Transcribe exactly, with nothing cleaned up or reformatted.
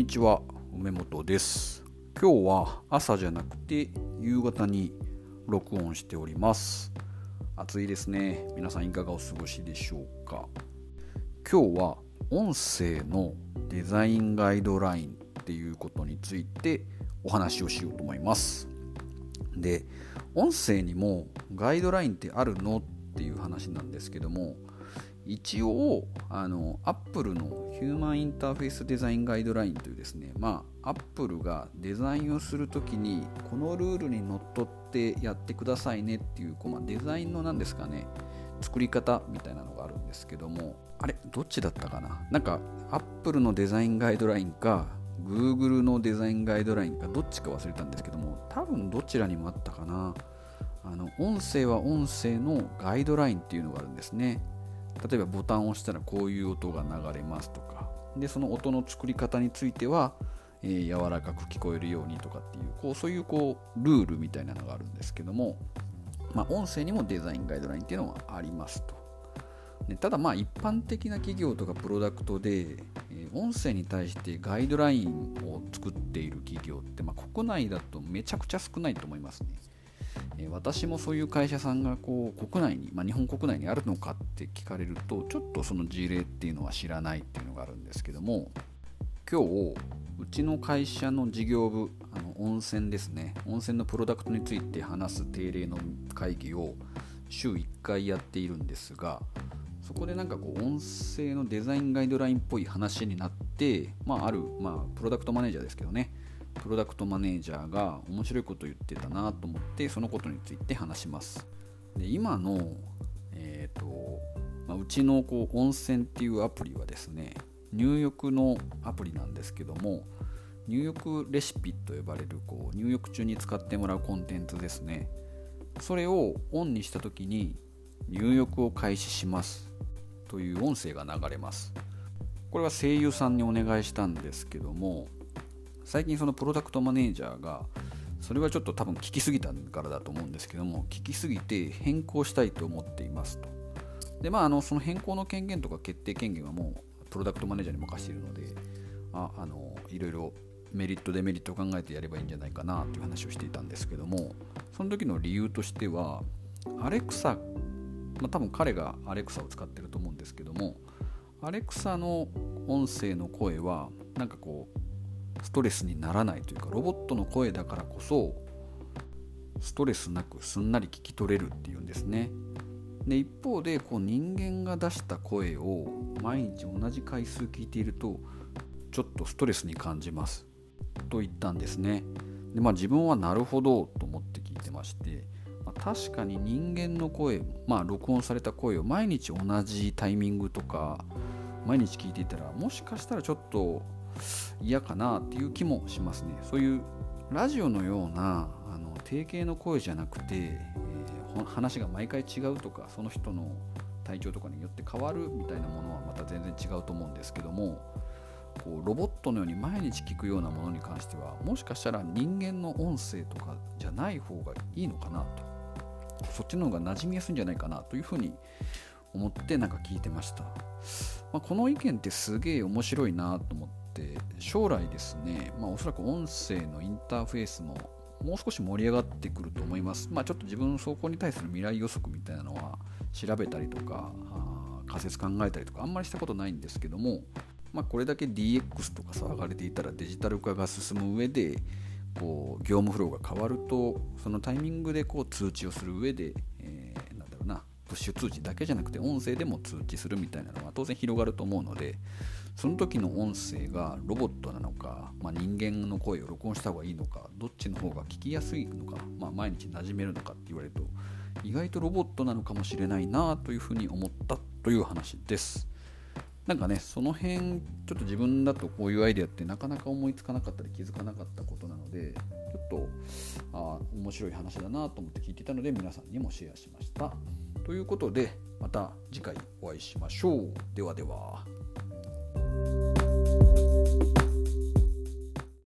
にちは、梅本です。今日は朝じゃなくて夕方に録音しております。暑いですね。皆さんいかがお過ごしでしょうか。今日は音声のデザインガイドラインっていうことについてお話をしようと思います。で、音声にもガイドラインってあるのっていう話なんですけども、一応あの Apple のヒューマンインターフェースデザインガイドラインというですね、まあ Apple がデザインをするときにこのルールにのっとってやってくださいねっていう、こうまあデザインのなんですかね、作り方みたいなのがあるんですけども、あれどっちだったかな、なんか Apple のデザインガイドラインか Google のデザインガイドラインかどっちか忘れたんですけども、多分どちらにもあったかな。あの音声は音声のガイドラインっていうのがあるんですね。例えばボタンを押したらこういう音が流れますとか、でその音の作り方については、えー、柔らかく聞こえるようにとかっていう、こうそういうこうルールみたいなのがあるんですけども、まあ、音声にもデザインガイドラインっていうのはありますと。でただまあ一般的な企業とかプロダクトで、えー、音声に対してガイドラインを作っている企業って、まあ、国内だとめちゃくちゃ少ないと思いますね。私もそういう会社さんがこう国内に、まあ、日本国内にあるのかって聞かれると、ちょっとその事例っていうのは知らないっていうのがあるんですけども、今日うちの会社の事業部、あの温泉ですね、温泉のプロダクトについて話す定例の会議を週いっかいやっているんですが、そこでなんかこう音声のデザインガイドラインっぽい話になって、まあ、ある、まあ、プロダクトマネージャーですけどね、プロダクトマネージャーが面白いことを言ってたなと思って、そのことについて話します。で今の、えーとまあ、うちのこう温泉っていうアプリはですね、入浴のアプリなんですけども、入浴レシピと呼ばれるこう入浴中に使ってもらうコンテンツですね。それをオンにしたときに入浴を開始しますという音声が流れます。これは声優さんにお願いしたんですけども、最近そのプロダクトマネージャーがそれはちょっと多分聞きすぎたからだと思うんですけども、聞きすぎて変更したいと思っていますと。でまああのその変更の権限とか決定権限はもうプロダクトマネージャーに任せているので、ああのいろいろメリットデメリットを考えてやればいいんじゃないかなという話をしていたんですけども、その時の理由としてはアレクサ、まあ、多分彼がアレクサを使ってると思うんですけども、アレクサの音声の声はなんかこうストレスにならないというか、ロボットの声だからこそストレスなくすんなり聞き取れるっていうんですね。で一方でこう人間が出した声を毎日同じ回数聞いているとちょっとストレスに感じますと言ったんですね。で、まあ、自分はなるほどと思って聞いてまして、まあ、確かに人間の声、まあ、録音された声を毎日同じタイミングとか毎日聞いていたら、もしかしたらちょっと嫌かなっていう気もしますね。そういうラジオのようなあの定型の声じゃなくて、えー、話が毎回違うとか、その人の体調とかによって変わるみたいなものはまた全然違うと思うんですけども、こうロボットのように毎日聞くようなものに関しては、もしかしたら人間の音声とかじゃない方がいいのかなと、そっちの方が馴染みやすいんじゃないかなというふうに思ってなんか聞いてました。まあ、この意見ってすげえ面白いなと思って、将来ですね、まあ、おそらく音声のインターフェースももう少し盛り上がってくると思います。まあ、ちょっと自分の走行に対する未来予測みたいなのは調べたりとか仮説考えたりとかあんまりしたことないんですけども、まあ、これだけ ディーエックス とか騒がれていたらデジタル化が進む上でこう業務フローが変わると、そのタイミングでこう通知をする上で、えー、なんだろうなプッシュ通知だけじゃなくて音声でも通知するみたいなのは当然広がると思うので、その時の音声がロボットなのか、まあ、人間の声を録音した方がいいのか、どっちの方が聞きやすいのか、まあ、毎日馴染めるのかって言われると意外とロボットなのかもしれないなというふうに思ったという話です。なんかね、その辺ちょっと自分だとこういうアイデアってなかなか思いつかなかったり気づかなかったことなので、ちょっとあ面白い話だなと思って聞いていたので皆さんにもシェアしました。ということでまた次回お会いしましょう。ではでは。